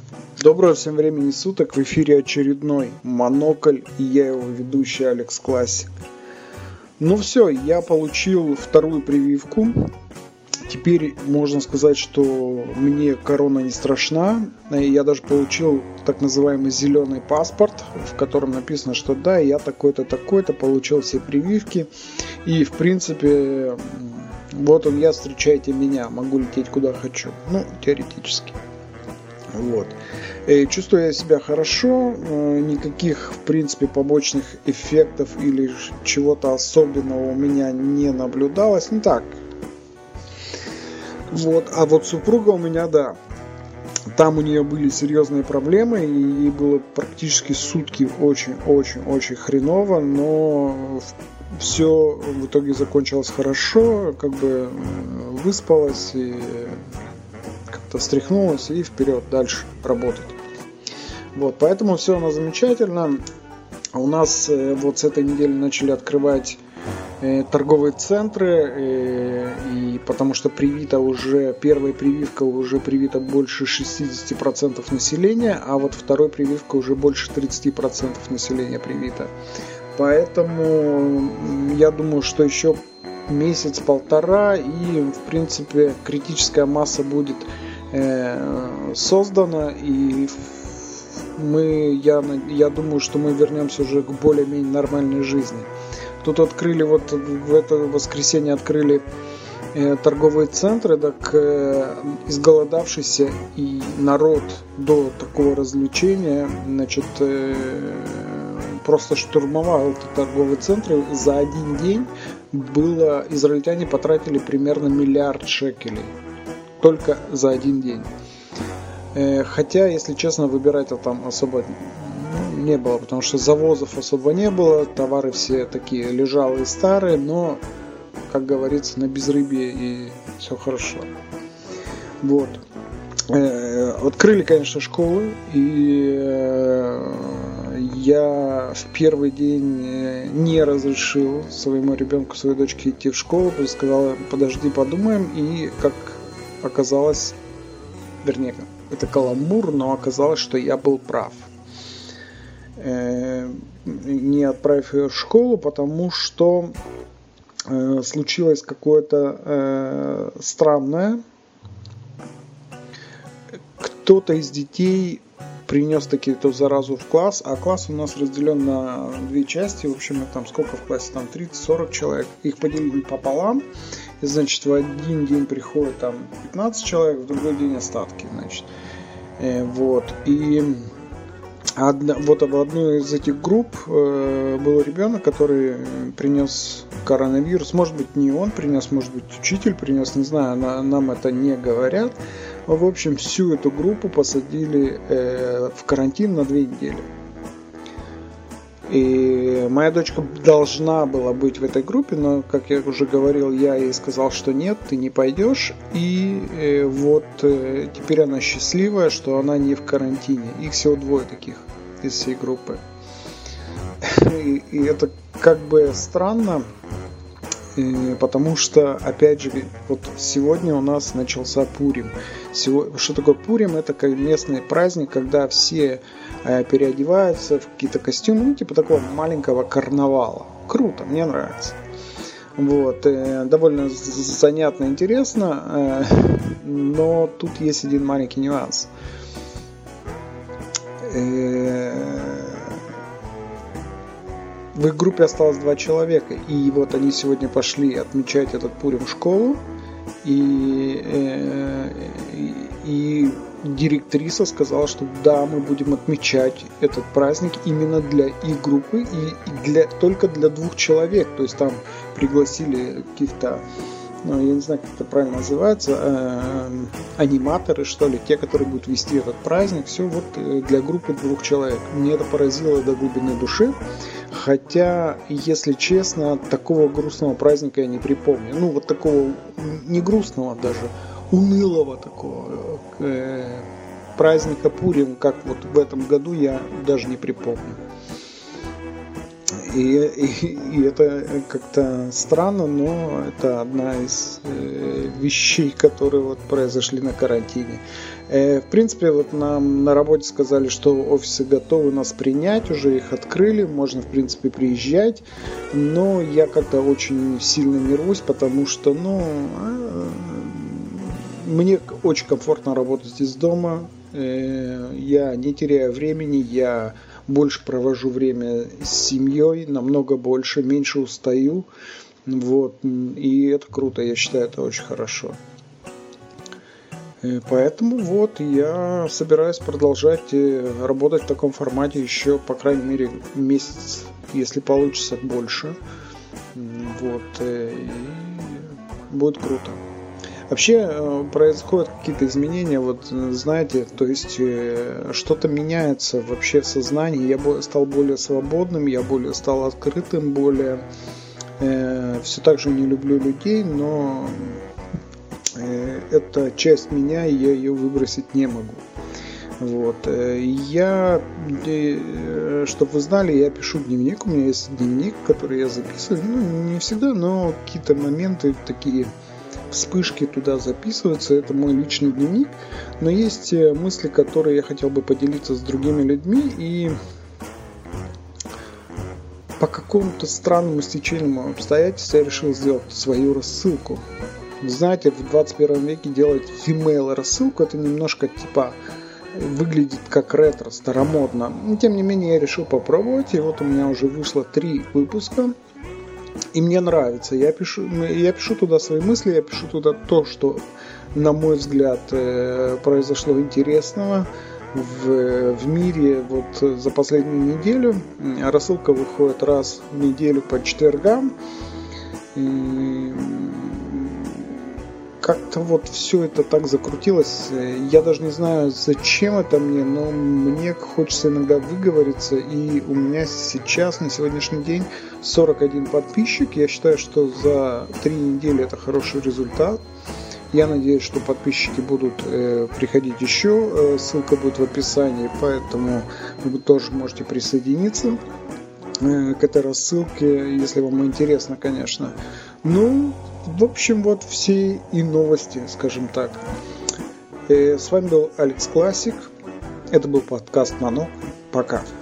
Доброго всем времени суток, в эфире очередной Монокль и я его ведущий Алекс Классик. Ну все, я получил вторую прививку. Теперь можно сказать, что мне корона не страшна. Я даже получил так называемый зеленый паспорт, в котором написано, что да, я такой-то, такой-то, получил все прививки. И в принципе, вот он я, встречайте меня, могу лететь куда хочу. Ну, теоретически. Вот. Чувствую я себя хорошо, никаких, в принципе, побочных эффектов или чего-то особенного у меня не наблюдалось. Ну так. Вот. А вот супруга у меня, да. Там у нее были серьезные проблемы, и ей было практически сутки очень хреново, но все в итоге закончилось хорошо, как бы выспалась и как-то встряхнулась и вперед дальше работать. Вот, поэтому все у нас замечательно. У нас вот с этой недели начали открывать торговые центры, и потому что первая прививка уже привита больше 60% населения, а вот второй прививка уже больше 30% населения привита. Поэтому я думаю, что еще месяц-полтора и в принципе критическая масса будет создана, и я думаю, что мы вернемся уже к более-менее нормальной жизни. Тут открыли, вот в это воскресенье открыли торговые центры, так изголодавшийся и народ до такого развлечения, значит, просто штурмовал эти торговые центры. За один день израильтяне потратили примерно 1 миллиард шекелей. Только за один день. Хотя, если честно, выбирать там особо не было, потому что завозов особо не было, товары все такие лежалые, старые, но, как говорится, на безрыбье и все хорошо. Вот. Открыли, конечно, школы, и я в первый день не разрешил своему ребенку, своей дочке идти в школу, сказал, подожди, подумаем, и как оказалось, вернее, это каламбур, но оказалось, что я был прав. Не отправив ее в школу, потому что случилось какое-то странное. Кто-то из детей принес таки-то заразу в класс, а класс у нас разделен на две части. В общем, там сколько в классе? Там 30-40 человек. Их поделили пополам. И, значит, в один день приходит там 15 человек, в другой день остатки, значит. Вот. И вот в одной из этих групп был ребенок, который принес коронавирус. Может быть, не он принес, может быть, учитель принес, не знаю, нам это не говорят. В общем, всю эту группу посадили в карантин на 2 недели. И моя дочка должна была быть в этой группе, но, как я уже говорил, я ей сказал, что нет, ты не пойдешь. И вот теперь она счастливая, что она не в карантине. Их всего 2 таких из всей группы. И это как бы странно, потому что, опять же, вот сегодня у нас начался Пурим. Что такое Пурим? Это как местный праздник, когда все переодеваются в какие-то костюмы, ну, типа такого маленького карнавала. Круто, мне нравится. Вот, довольно занятно, интересно, но тут есть один маленький нюанс. В их группе осталось 2 человека, и вот они сегодня пошли отмечать этот Пурим в школу, и директриса сказала, что да, мы будем отмечать этот праздник именно для их группы и только для 2 человек. То есть там пригласили каких-то, я не знаю, как это правильно называется, аниматоры, что ли, те, которые будут вести этот праздник. Все вот для группы 2 человек. Мне это поразило до глубины души. Хотя, если честно, такого грустного праздника я не припомню. Ну, вот такого не грустного даже, унылого такого праздника Пурим, как вот в этом году, я даже не припомню. И это как-то странно, но это одна из вещей, которые вот произошли на карантине. В принципе, вот нам на работе сказали, что офисы готовы нас принять, уже их открыли, можно, в принципе, приезжать. Но я как-то очень сильно нервуюсь, потому что, мне очень комфортно работать из дома. Я не теряю времени, я больше провожу время с семьей, намного больше, меньше устаю. Вот. И это круто, я считаю, это очень хорошо. Поэтому вот я собираюсь продолжать работать в таком формате еще, по крайней мере, месяц, если получится, больше. Вот. И будет круто. Вообще происходят какие-то изменения, вот знаете, то есть что-то меняется вообще в сознании, я стал более свободным, я более стал открытым, более все так же не люблю людей, но это часть меня, и я ее выбросить не могу. Вот. Чтобы вы знали, я пишу дневник, у меня есть дневник, который я записываю, не всегда, но какие-то моменты такие, вспышки туда записываются, это мой личный дневник, но есть мысли, которые я хотел бы поделиться с другими людьми, и по какому-то странному стечению обстоятельств я решил сделать свою рассылку. Знаете, в 21 веке делать email рассылку, это немножко выглядит как ретро, старомодно, но тем не менее я решил попробовать, и вот у меня уже вышло 3 выпуска. И мне нравится. Я пишу туда свои мысли, я пишу туда то, что, на мой взгляд, произошло интересного в мире вот за последнюю неделю. Рассылка выходит раз в неделю по четвергам. И как-то вот все это так закрутилось. Я даже не знаю, зачем это мне, но мне хочется иногда выговориться. И у меня сейчас, на сегодняшний день, 41 подписчик. Я считаю, что за 3 недели это хороший результат. Я надеюсь, что подписчики будут приходить еще. Ссылка будет в описании, поэтому вы тоже можете присоединиться к этой рассылке, если вам интересно, конечно. В общем, вот все и новости, скажем так. С вами был Алекс Классик. Это был подкаст «Нано». Пока.